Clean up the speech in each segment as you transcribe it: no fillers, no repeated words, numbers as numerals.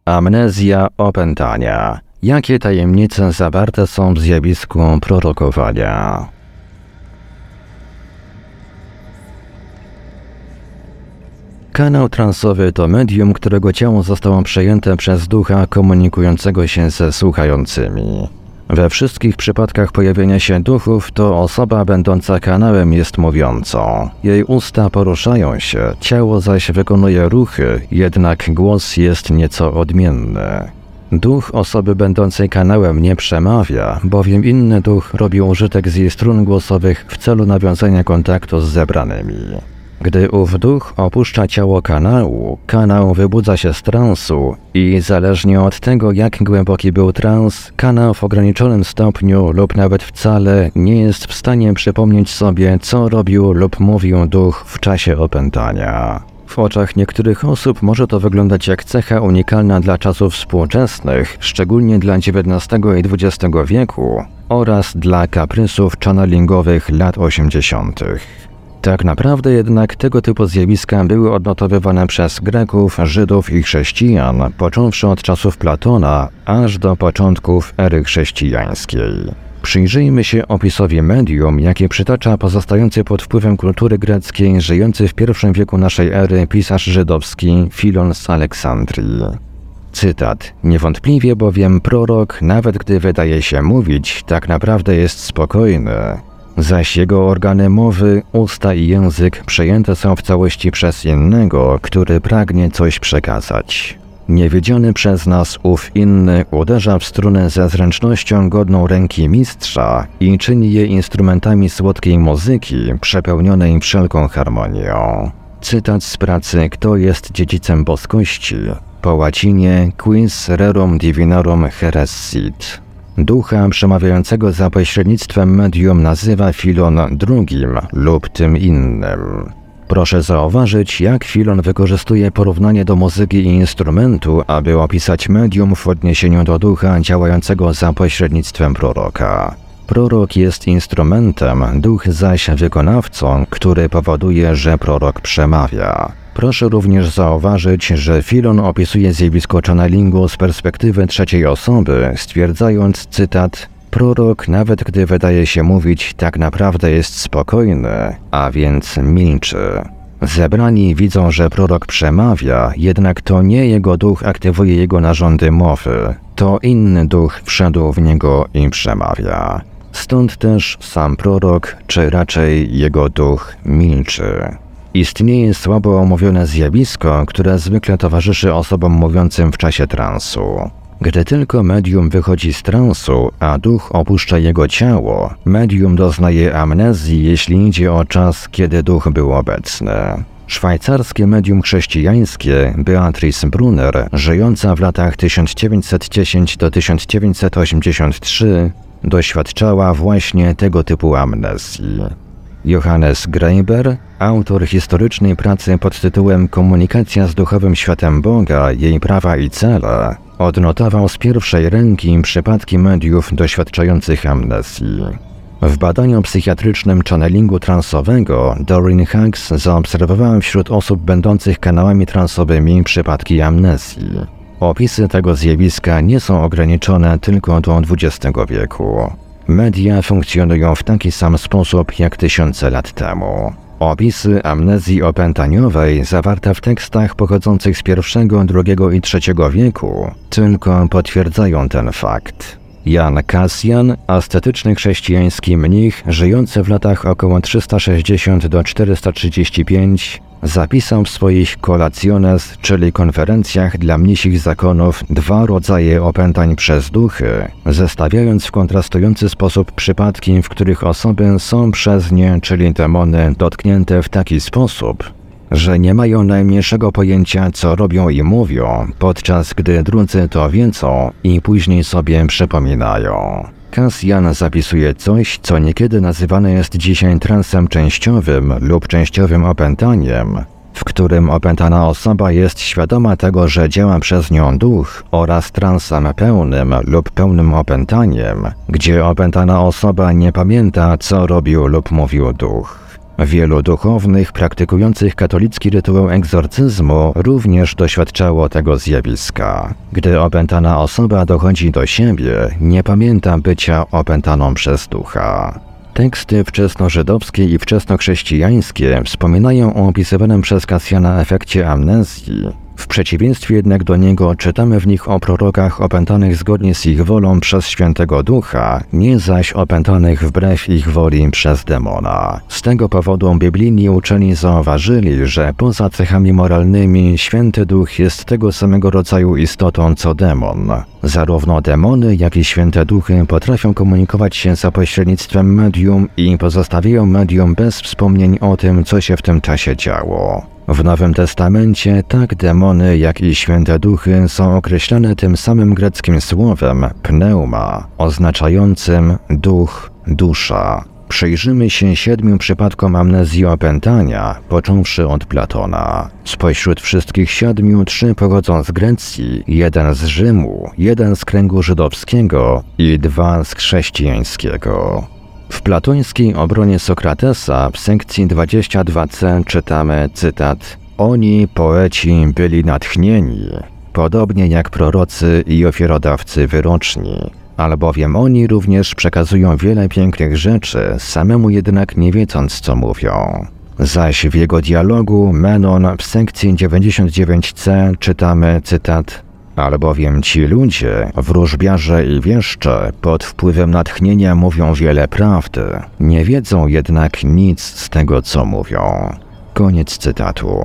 Amnezja opętania. Jakie tajemnice zawarte są w zjawisku prorokowania? Kanał transowy to medium, którego ciało zostało przejęte przez ducha komunikującego się ze słuchającymi. We wszystkich przypadkach pojawienia się duchów to osoba będąca kanałem jest mówiącą. Jej usta poruszają się, ciało zaś wykonuje ruchy, jednak głos jest nieco odmienny. Duch osoby będącej kanałem nie przemawia, bowiem inny duch robi użytek z jej strun głosowych w celu nawiązania kontaktu z zebranymi. Gdy ów duch opuszcza ciało kanału, kanał wybudza się z transu i zależnie od tego, jak głęboki był trans, kanał w ograniczonym stopniu lub nawet wcale nie jest w stanie przypomnieć sobie, co robił lub mówił duch w czasie opętania. W oczach niektórych osób może to wyglądać jak cecha unikalna dla czasów współczesnych, szczególnie dla XIX i XX wieku oraz dla kaprysów channelingowych lat 80. Tak naprawdę jednak tego typu zjawiska były odnotowywane przez Greków, Żydów i chrześcijan, począwszy od czasów Platona, aż do początków ery chrześcijańskiej. Przyjrzyjmy się opisowi medium, jakie przytacza pozostający pod wpływem kultury greckiej, żyjący w I wieku naszej ery pisarz żydowski Filon z Aleksandrii. Cytat. Niewątpliwie bowiem prorok, nawet gdy wydaje się mówić, tak naprawdę jest spokojny. Zaś jego organy mowy, usta i język przejęte są w całości przez innego, który pragnie coś przekazać. Niewiedziony przez nas ów inny uderza w strunę ze zręcznością godną ręki mistrza i czyni je instrumentami słodkiej muzyki, przepełnionej wszelką harmonią. Cytat z pracy Kto jest dziedzicem boskości? Po łacinie Quis rerum divinorum heressit. Ducha przemawiającego za pośrednictwem medium nazywa Filon drugim lub tym innym. Proszę zauważyć, jak Filon wykorzystuje porównanie do muzyki i instrumentu, aby opisać medium w odniesieniu do ducha działającego za pośrednictwem proroka. Prorok jest instrumentem, duch zaś wykonawcą, który powoduje, że prorok przemawia. Proszę również zauważyć, że Filon opisuje zjawisko channelingu z perspektywy trzeciej osoby, stwierdzając, cytat, prorok, nawet gdy wydaje się mówić, tak naprawdę jest spokojny, a więc milczy. Zebrani widzą, że prorok przemawia, jednak to nie jego duch aktywuje jego narządy mowy, to inny duch wszedł w niego i przemawia. Stąd też sam prorok, czy raczej jego duch, milczy. Istnieje słabo omówione zjawisko, które zwykle towarzyszy osobom mówiącym w czasie transu. Gdy tylko medium wychodzi z transu, a duch opuszcza jego ciało, medium doznaje amnezji, jeśli idzie o czas, kiedy duch był obecny. Szwajcarskie medium chrześcijańskie Beatrice Brunner, żyjąca w latach 1910 do 1983, doświadczała właśnie tego typu amnezji. Johannes Graeber, autor historycznej pracy pod tytułem Komunikacja z duchowym światem Boga, jej prawa i cele, odnotował z pierwszej ręki przypadki mediów doświadczających amnezji. W badaniu psychiatrycznym channelingu transowego Doreen Hughes zaobserwowała wśród osób będących kanałami transowymi przypadki amnezji. Opisy tego zjawiska nie są ograniczone tylko do XX wieku. Media funkcjonują w taki sam sposób jak tysiące lat temu. Opisy amnezji opętaniowej zawarte w tekstach pochodzących z I, II i III wieku tylko potwierdzają ten fakt. Jan Kasjan, ascetyczny chrześcijański mnich żyjący w latach około 360 do 435, zapisał w swoich Collationes, czyli konferencjach dla mnisich zakonów, dwa rodzaje opętań przez duchy, zestawiając w kontrastujący sposób przypadki, w których osoby są przez nie, czyli demony, dotknięte w taki sposób, że nie mają najmniejszego pojęcia, co robią i mówią, podczas gdy drudzy to wiedzą i później sobie przypominają. Kasjan zapisuje coś, co niekiedy nazywane jest dzisiaj transem częściowym lub częściowym opętaniem, w którym opętana osoba jest świadoma tego, że działa przez nią duch, oraz transem pełnym lub pełnym opętaniem, gdzie opętana osoba nie pamięta, co robił lub mówił duch. Wielu duchownych praktykujących katolicki rytuał egzorcyzmu również doświadczało tego zjawiska. Gdy opętana osoba dochodzi do siebie, nie pamięta bycia opętaną przez ducha. Teksty wczesnożydowskie i wczesnochrześcijańskie wspominają o opisywanym przez Kasjana efekcie amnezji. W przeciwieństwie jednak do niego czytamy w nich o prorokach opętanych zgodnie z ich wolą przez Świętego Ducha, nie zaś opętanych wbrew ich woli przez demona. Z tego powodu biblijni uczeni zauważyli, że poza cechami moralnymi Święty Duch jest tego samego rodzaju istotą co demon. Zarówno demony, jak i święte duchy potrafią komunikować się za pośrednictwem medium i pozostawiają medium bez wspomnień o tym, co się w tym czasie działo. W Nowym Testamencie tak demony, jak i święte duchy są określane tym samym greckim słowem pneuma, oznaczającym duch, dusza. Przyjrzymy się 7 przypadkom amnezji opętania, począwszy od Platona. Spośród wszystkich 7, 3 pochodzą z Grecji, 1 z Rzymu, 1 z kręgu żydowskiego i 2 z chrześcijańskiego. W platońskiej obronie Sokratesa w sekcji 22c czytamy cytat: Oni, poeci, byli natchnieni, podobnie jak prorocy i ofiarodawcy wyroczni, albowiem oni również przekazują wiele pięknych rzeczy, samemu jednak nie wiedząc, co mówią. Zaś w jego dialogu Menon w sekcji 99c czytamy cytat: Albowiem ci ludzie, wróżbiarze i wieszcze, pod wpływem natchnienia mówią wiele prawdy, nie wiedzą jednak nic z tego, co mówią. Koniec cytatu.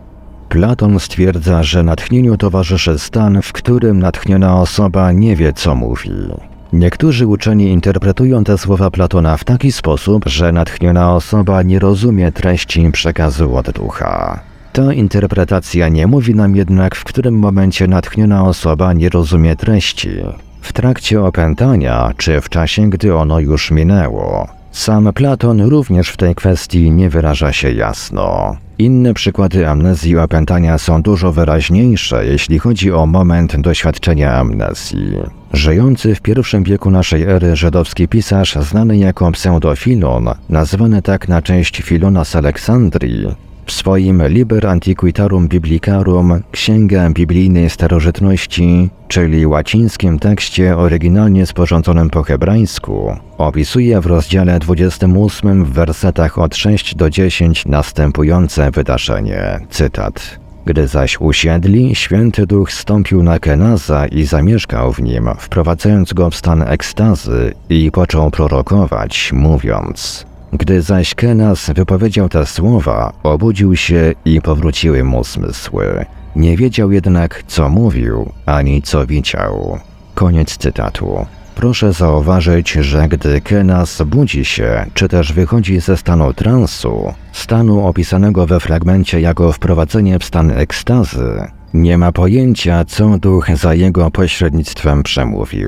Platon stwierdza, że natchnieniu towarzyszy stan, w którym natchniona osoba nie wie, co mówi. Niektórzy uczeni interpretują te słowa Platona w taki sposób, że natchniona osoba nie rozumie treści przekazu od ducha. Ta interpretacja nie mówi nam jednak, w którym momencie natchniona osoba nie rozumie treści. W trakcie opętania, czy w czasie, gdy ono już minęło. Sam Platon również w tej kwestii nie wyraża się jasno. Inne przykłady amnezji opętania są dużo wyraźniejsze, jeśli chodzi o moment doświadczenia amnezji. Żyjący w I wieku naszej ery żydowski pisarz znany jako Pseudofilon, nazwany tak na cześć Filona z Aleksandrii, w swoim Liber Antiquitarum Biblicarum, Księga Biblijnej Starożytności, czyli łacińskim tekście oryginalnie sporządzonym po hebrajsku, opisuje w rozdziale 28 w wersetach od 6 do 10 następujące wydarzenie. Cytat: Gdy zaś usiedli, Święty Duch zstąpił na Kenaza i zamieszkał w nim, wprowadzając go w stan ekstazy i począł prorokować, mówiąc: Gdy zaś Kenaz wypowiedział te słowa, obudził się i powróciły mu zmysły. Nie wiedział jednak, co mówił, ani co widział. Koniec cytatu. Proszę zauważyć, że gdy Kenaz budzi się, czy też wychodzi ze stanu transu, stanu opisanego we fragmencie jako wprowadzenie w stan ekstazy, nie ma pojęcia, co duch za jego pośrednictwem przemówił.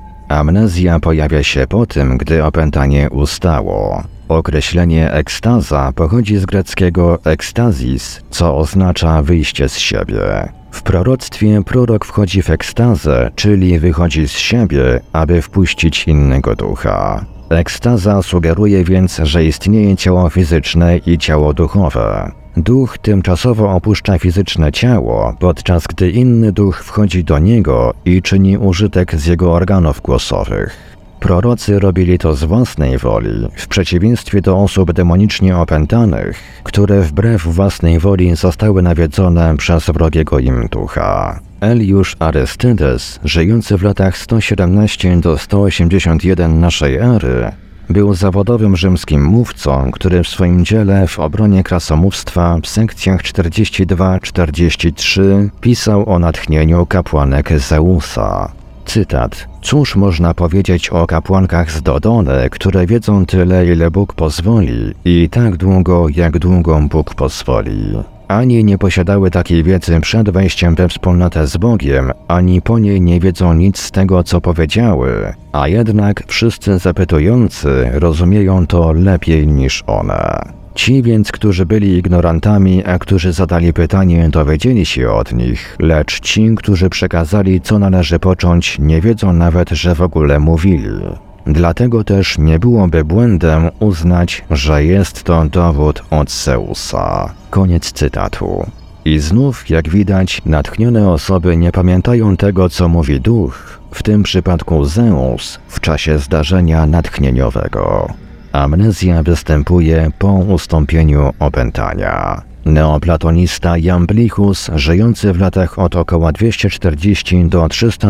Amnezja pojawia się po tym, gdy opętanie ustało. Określenie ekstaza pochodzi z greckiego ekstazis, co oznacza wyjście z siebie. W proroctwie prorok wchodzi w ekstazę, czyli wychodzi z siebie, aby wpuścić innego ducha. Ekstaza sugeruje więc, że istnieje ciało fizyczne i ciało duchowe. Duch tymczasowo opuszcza fizyczne ciało, podczas gdy inny duch wchodzi do niego i czyni użytek z jego organów głosowych. Prorocy robili to z własnej woli, w przeciwieństwie do osób demonicznie opętanych, które wbrew własnej woli zostały nawiedzone przez wrogiego im ducha. Eliusz Arystydes, żyjący w latach 117 do 181 naszej ery, był zawodowym rzymskim mówcą, który w swoim dziele w obronie krasomówstwa w sekcjach 42-43 pisał o natchnieniu kapłanek Zeusa. Cytat: Cóż można powiedzieć o kapłankach z Dodony, które wiedzą tyle, ile Bóg pozwoli i tak długo, jak długo Bóg pozwoli. Ani nie posiadały takiej wiedzy przed wejściem we wspólnotę z Bogiem, ani po niej nie wiedzą nic z tego, co powiedziały, a jednak wszyscy zapytujący rozumieją to lepiej niż one. Ci więc, którzy byli ignorantami, a którzy zadali pytanie, dowiedzieli się od nich, lecz ci, którzy przekazali, co należy począć, nie wiedzą nawet, że w ogóle mówili. Dlatego też nie byłoby błędem uznać, że jest to dowód od Zeusa. Koniec cytatu. I znów, jak widać, natchnione osoby nie pamiętają tego, co mówi duch, w tym przypadku Zeus, w czasie zdarzenia natchnieniowego. Amnezja występuje po ustąpieniu opętania. Neoplatonista Jamblichus, żyjący w latach od około 240 do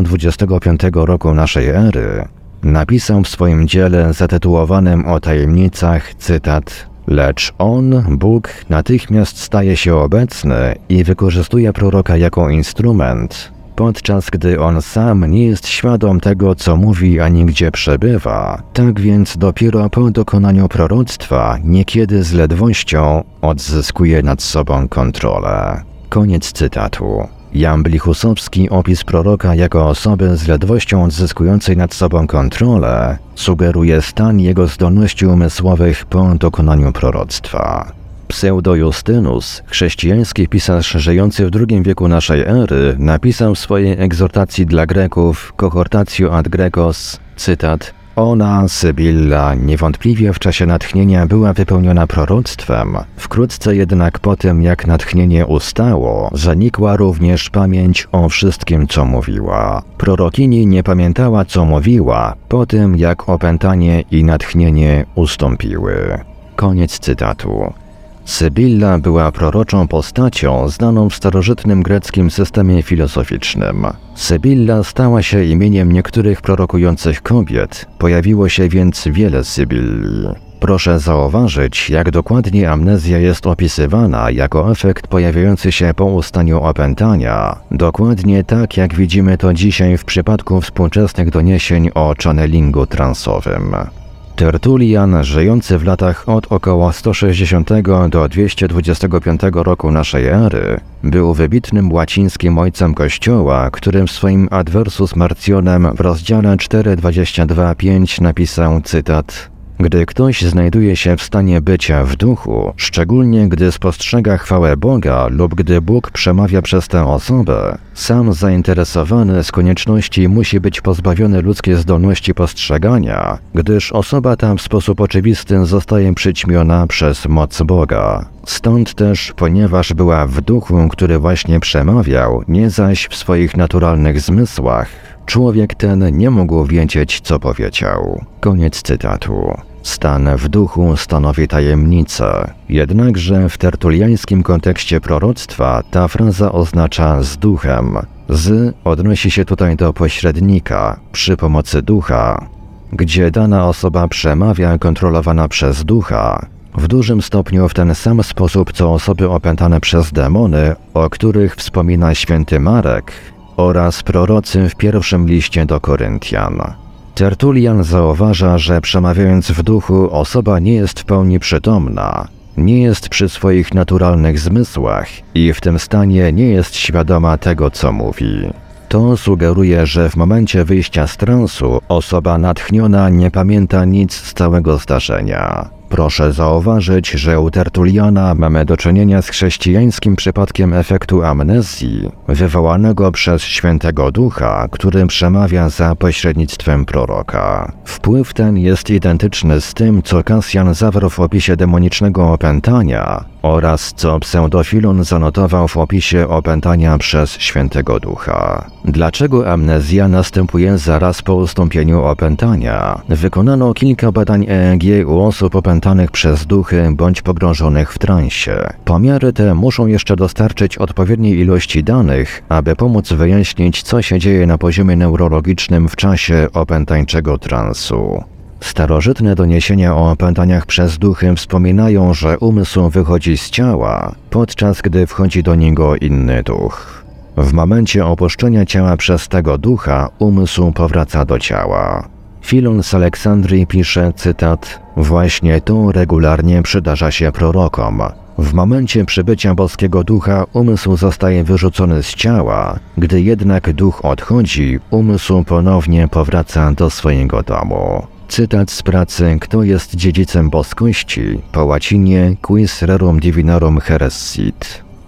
325 roku naszej ery, napisał w swoim dziele zatytułowanym o tajemnicach, cytat: lecz on, Bóg, natychmiast staje się obecny i wykorzystuje proroka jako instrument, podczas gdy on sam nie jest świadom tego, co mówi ani gdzie przebywa. Tak więc dopiero po dokonaniu proroctwa, niekiedy z ledwością, odzyskuje nad sobą kontrolę. Koniec cytatu. Jamblichusowski opis proroka jako osoby z ledwością odzyskującej nad sobą kontrolę sugeruje stan jego zdolności umysłowych po dokonaniu proroctwa. Pseudo-Justynus, chrześcijański pisarz żyjący w II wieku naszej ery, napisał w swojej egzortacji dla Greków Cohortatio ad Grecos, cytat: ona, Sybilla, niewątpliwie w czasie natchnienia była wypełniona proroctwem. Wkrótce jednak po tym, jak natchnienie ustało, zanikła również pamięć o wszystkim, co mówiła. Prorokini nie pamiętała, co mówiła, po tym, jak opętanie i natchnienie ustąpiły. Koniec cytatu. Sybilla była proroczą postacią znaną w starożytnym greckim systemie filozoficznym. Sybilla stała się imieniem niektórych prorokujących kobiet, pojawiło się więc wiele Sybilli. Proszę zauważyć, jak dokładnie amnezja jest opisywana jako efekt pojawiający się po ustaniu opętania, dokładnie tak jak widzimy to dzisiaj w przypadku współczesnych doniesień o channelingu transowym. Tertulian, żyjący w latach od około 160 do 225 roku naszej ery, był wybitnym łacińskim ojcem Kościoła, którym w swoim Adversus Martionem w rozdziale 4:22-5 napisał, cytat: gdy ktoś znajduje się w stanie bycia w duchu, szczególnie gdy spostrzega chwałę Boga lub gdy Bóg przemawia przez tę osobę, sam zainteresowany z konieczności musi być pozbawiony ludzkiej zdolności postrzegania, gdyż osoba ta w sposób oczywisty zostaje przyćmiona przez moc Boga. Stąd też, ponieważ była w duchu, który właśnie przemawiał, nie zaś w swoich naturalnych zmysłach, człowiek ten nie mógł wiedzieć, co powiedział. Koniec cytatu. Stan w duchu stanowi tajemnicę. Jednakże w tertuliańskim kontekście proroctwa ta fraza oznacza z duchem. Z odnosi się tutaj do pośrednika, przy pomocy ducha, gdzie dana osoba przemawia kontrolowana przez ducha, w dużym stopniu w ten sam sposób co osoby opętane przez demony, o których wspomina święty Marek, oraz prorocy w pierwszym liście do Koryntian. Tertulian zauważa, że przemawiając w duchu osoba nie jest w pełni przytomna, nie jest przy swoich naturalnych zmysłach i w tym stanie nie jest świadoma tego, co mówi. To sugeruje, że w momencie wyjścia z transu osoba natchniona nie pamięta nic z całego zdarzenia. Proszę zauważyć, że u Tertuliana mamy do czynienia z chrześcijańskim przypadkiem efektu amnezji, wywołanego przez Świętego Ducha, który przemawia za pośrednictwem proroka. Wpływ ten jest identyczny z tym, co Kasjan zawarł w opisie demonicznego opętania oraz co Pseudofilon zanotował w opisie opętania przez Świętego Ducha. Dlaczego amnezja następuje zaraz po ustąpieniu opętania? Wykonano kilka badań EEG u osób opętanych przez duchy bądź pogrążonych w transie. Pomiary te muszą jeszcze dostarczyć odpowiedniej ilości danych, aby pomóc wyjaśnić, co się dzieje na poziomie neurologicznym w czasie opętańczego transu. Starożytne doniesienia o opętaniach przez duchy wspominają, że umysł wychodzi z ciała, podczas gdy wchodzi do niego inny duch. W momencie opuszczenia ciała przez tego ducha umysł powraca do ciała. Filon z Aleksandrii pisze, cytat: właśnie to regularnie przydarza się prorokom. W momencie przybycia boskiego ducha umysł zostaje wyrzucony z ciała, gdy jednak duch odchodzi, umysł ponownie powraca do swojego domu. Cytat z pracy Kto jest dziedzicem boskości? Po łacinie Quis rerum divinorum herescit.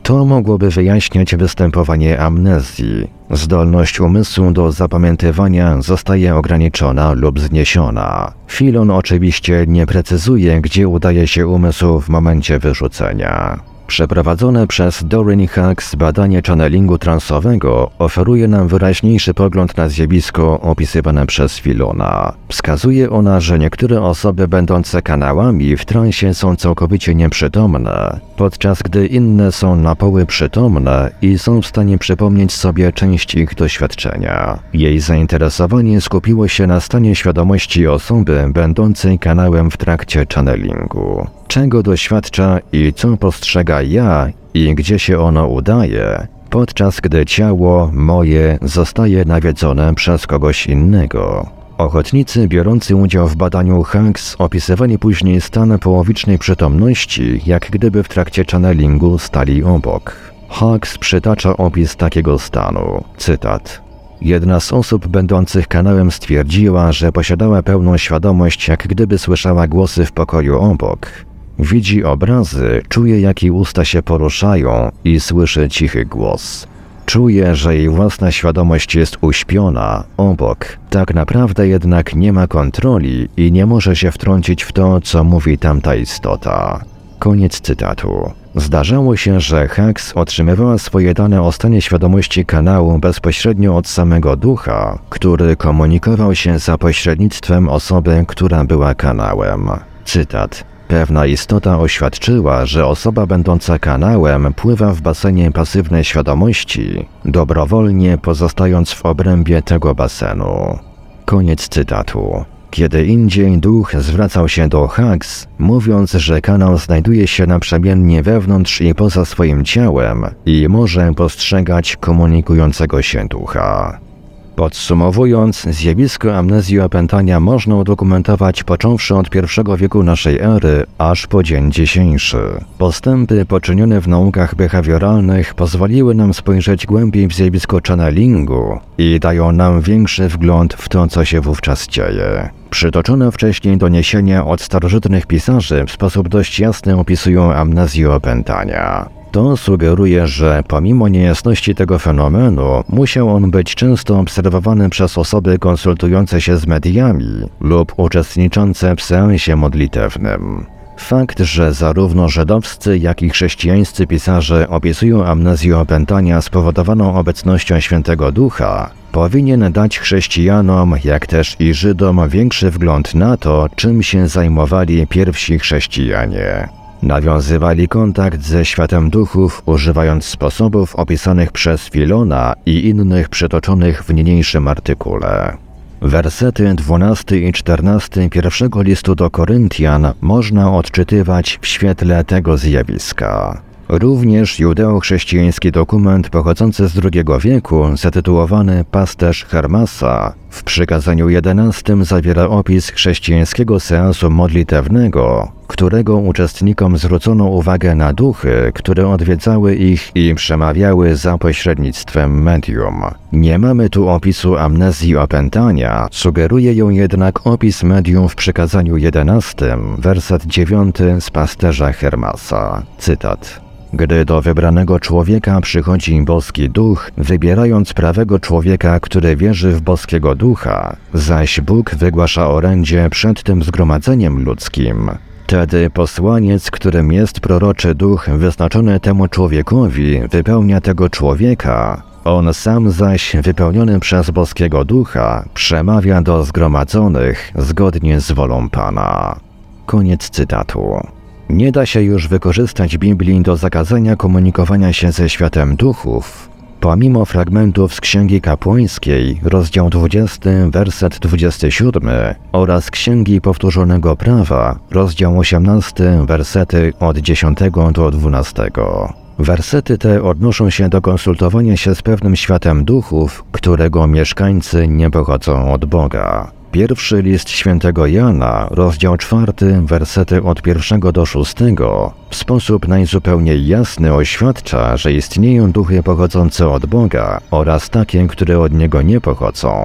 To mogłoby wyjaśniać występowanie amnezji. Zdolność umysłu do zapamiętywania zostaje ograniczona lub zniesiona. Filon oczywiście nie precyzuje, gdzie udaje się umysł w momencie wyrzucenia. Przeprowadzone przez Doreen Hughes badanie channelingu transowego oferuje nam wyraźniejszy pogląd na zjawisko opisywane przez Filona. Wskazuje ona, że niektóre osoby będące kanałami w transie są całkowicie nieprzytomne, podczas gdy inne są na poły przytomne i są w stanie przypomnieć sobie część ich doświadczenia. Jej zainteresowanie skupiło się na stanie świadomości osoby będącej kanałem w trakcie channelingu. Czego doświadcza i co postrzega ja i gdzie się ono udaje, podczas gdy ciało moje zostaje nawiedzone przez kogoś innego. Ochotnicy biorący udział w badaniu Hughes opisywali później stan połowicznej przytomności, jak gdyby w trakcie channelingu stali obok. Hughes przytacza opis takiego stanu, cytat. Jedna z osób będących kanałem stwierdziła, że posiadała pełną świadomość, jak gdyby słyszała głosy w pokoju obok. Widzi obrazy, czuje, jak jej usta się poruszają i słyszy cichy głos. Czuje, że jej własna świadomość jest uśpiona, obok. Tak naprawdę jednak nie ma kontroli i nie może się wtrącić w to, co mówi tamta istota. Koniec cytatu. Zdarzało się, że Hughes otrzymywała swoje dane o stanie świadomości kanału bezpośrednio od samego ducha, który komunikował się za pośrednictwem osoby, która była kanałem. Cytat. Pewna istota oświadczyła, że osoba będąca kanałem pływa w basenie pasywnej świadomości, dobrowolnie pozostając w obrębie tego basenu. Koniec cytatu. Kiedy indziej duch zwracał się do Hughes, mówiąc, że kanał znajduje się naprzemiennie wewnątrz i poza swoim ciałem i może postrzegać komunikującego się ducha. Podsumowując, zjawisko amnezji opętania można udokumentować począwszy od I wieku naszej ery, aż po dzień dzisiejszy. Postępy poczynione w naukach behawioralnych pozwoliły nam spojrzeć głębiej w zjawisko channelingu i dają nam większy wgląd w to, co się wówczas dzieje. Przytoczone wcześniej doniesienia od starożytnych pisarzy w sposób dość jasny opisują amnezję opętania. To sugeruje, że pomimo niejasności tego fenomenu, musiał on być często obserwowany przez osoby konsultujące się z mediami lub uczestniczące w seansie modlitewnym. Fakt, że zarówno żydowscy, jak i chrześcijańscy pisarze opisują amnezję opętania spowodowaną obecnością Świętego Ducha, powinien dać chrześcijanom, jak też i Żydom większy wgląd na to, czym się zajmowali pierwsi chrześcijanie. Nawiązywali kontakt ze światem duchów, używając sposobów opisanych przez Filona i innych przytoczonych w niniejszym artykule. Wersety 12 i 14 pierwszego listu do Koryntian można odczytywać w świetle tego zjawiska. Również judeo-chrześcijański dokument pochodzący z II wieku, zatytułowany Pasterz Hermasa, w przykazaniu 11 zawiera opis chrześcijańskiego seansu modlitewnego, którego uczestnikom zwrócono uwagę na duchy, które odwiedzały ich i przemawiały za pośrednictwem medium. Nie mamy tu opisu amnezji opętania, sugeruje ją jednak opis medium w przykazaniu 11, werset 9 z Pasterza Hermasa. Cytat. Gdy do wybranego człowieka przychodzi boski duch, wybierając prawego człowieka, który wierzy w boskiego ducha, zaś Bóg wygłasza orędzie przed tym zgromadzeniem ludzkim, wtedy posłaniec, którym jest proroczy duch wyznaczony temu człowiekowi, wypełnia tego człowieka, on sam zaś, wypełniony przez boskiego ducha, przemawia do zgromadzonych zgodnie z wolą Pana. Koniec cytatu. Nie da się już wykorzystać Biblii do zakazania komunikowania się ze światem duchów, pomimo fragmentów z Księgi Kapłańskiej, rozdział 20, werset 27 oraz Księgi Powtórzonego Prawa, rozdział 18, wersety od 10 do 12. Wersety te odnoszą się do konsultowania się z pewnym światem duchów, którego mieszkańcy nie pochodzą od Boga. Pierwszy list świętego Jana, rozdział 4, wersety od 1 do 6, w sposób najzupełniej jasny oświadcza, że istnieją duchy pochodzące od Boga oraz takie, które od Niego nie pochodzą.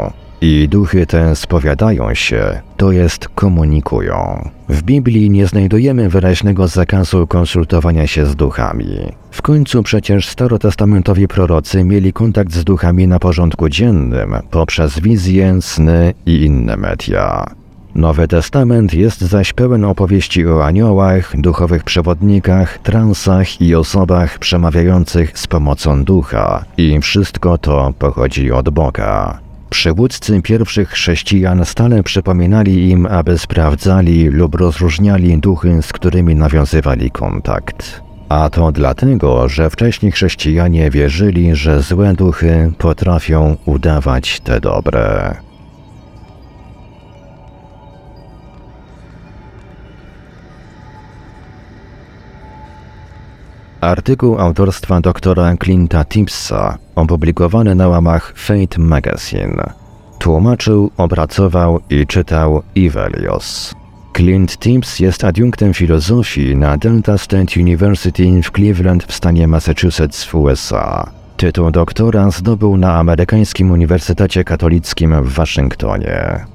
I duchy te spowiadają się, to jest komunikują. W Biblii nie znajdujemy wyraźnego zakazu konsultowania się z duchami. W końcu przecież starotestamentowi prorocy mieli kontakt z duchami na porządku dziennym poprzez wizje, sny i inne media. Nowy Testament jest zaś pełen opowieści o aniołach, duchowych przewodnikach, transach i osobach przemawiających z pomocą ducha. I wszystko to pochodzi od Boga. Przywódcy pierwszych chrześcijan stale przypominali im, aby sprawdzali lub rozróżniali duchy, z którymi nawiązywali kontakt. A to dlatego, że wcześniej chrześcijanie wierzyli, że złe duchy potrafią udawać te dobre. Artykuł autorstwa doktora Clint'a Tippsa, opublikowany na łamach Fate Magazine. Tłumaczył, opracował i czytał Ivelios. Clint Tipps jest adiunktem filozofii na Delta State University w Cleveland w stanie Massachusetts w USA. Tytuł doktora zdobył na Amerykańskim Uniwersytecie Katolickim w Waszyngtonie.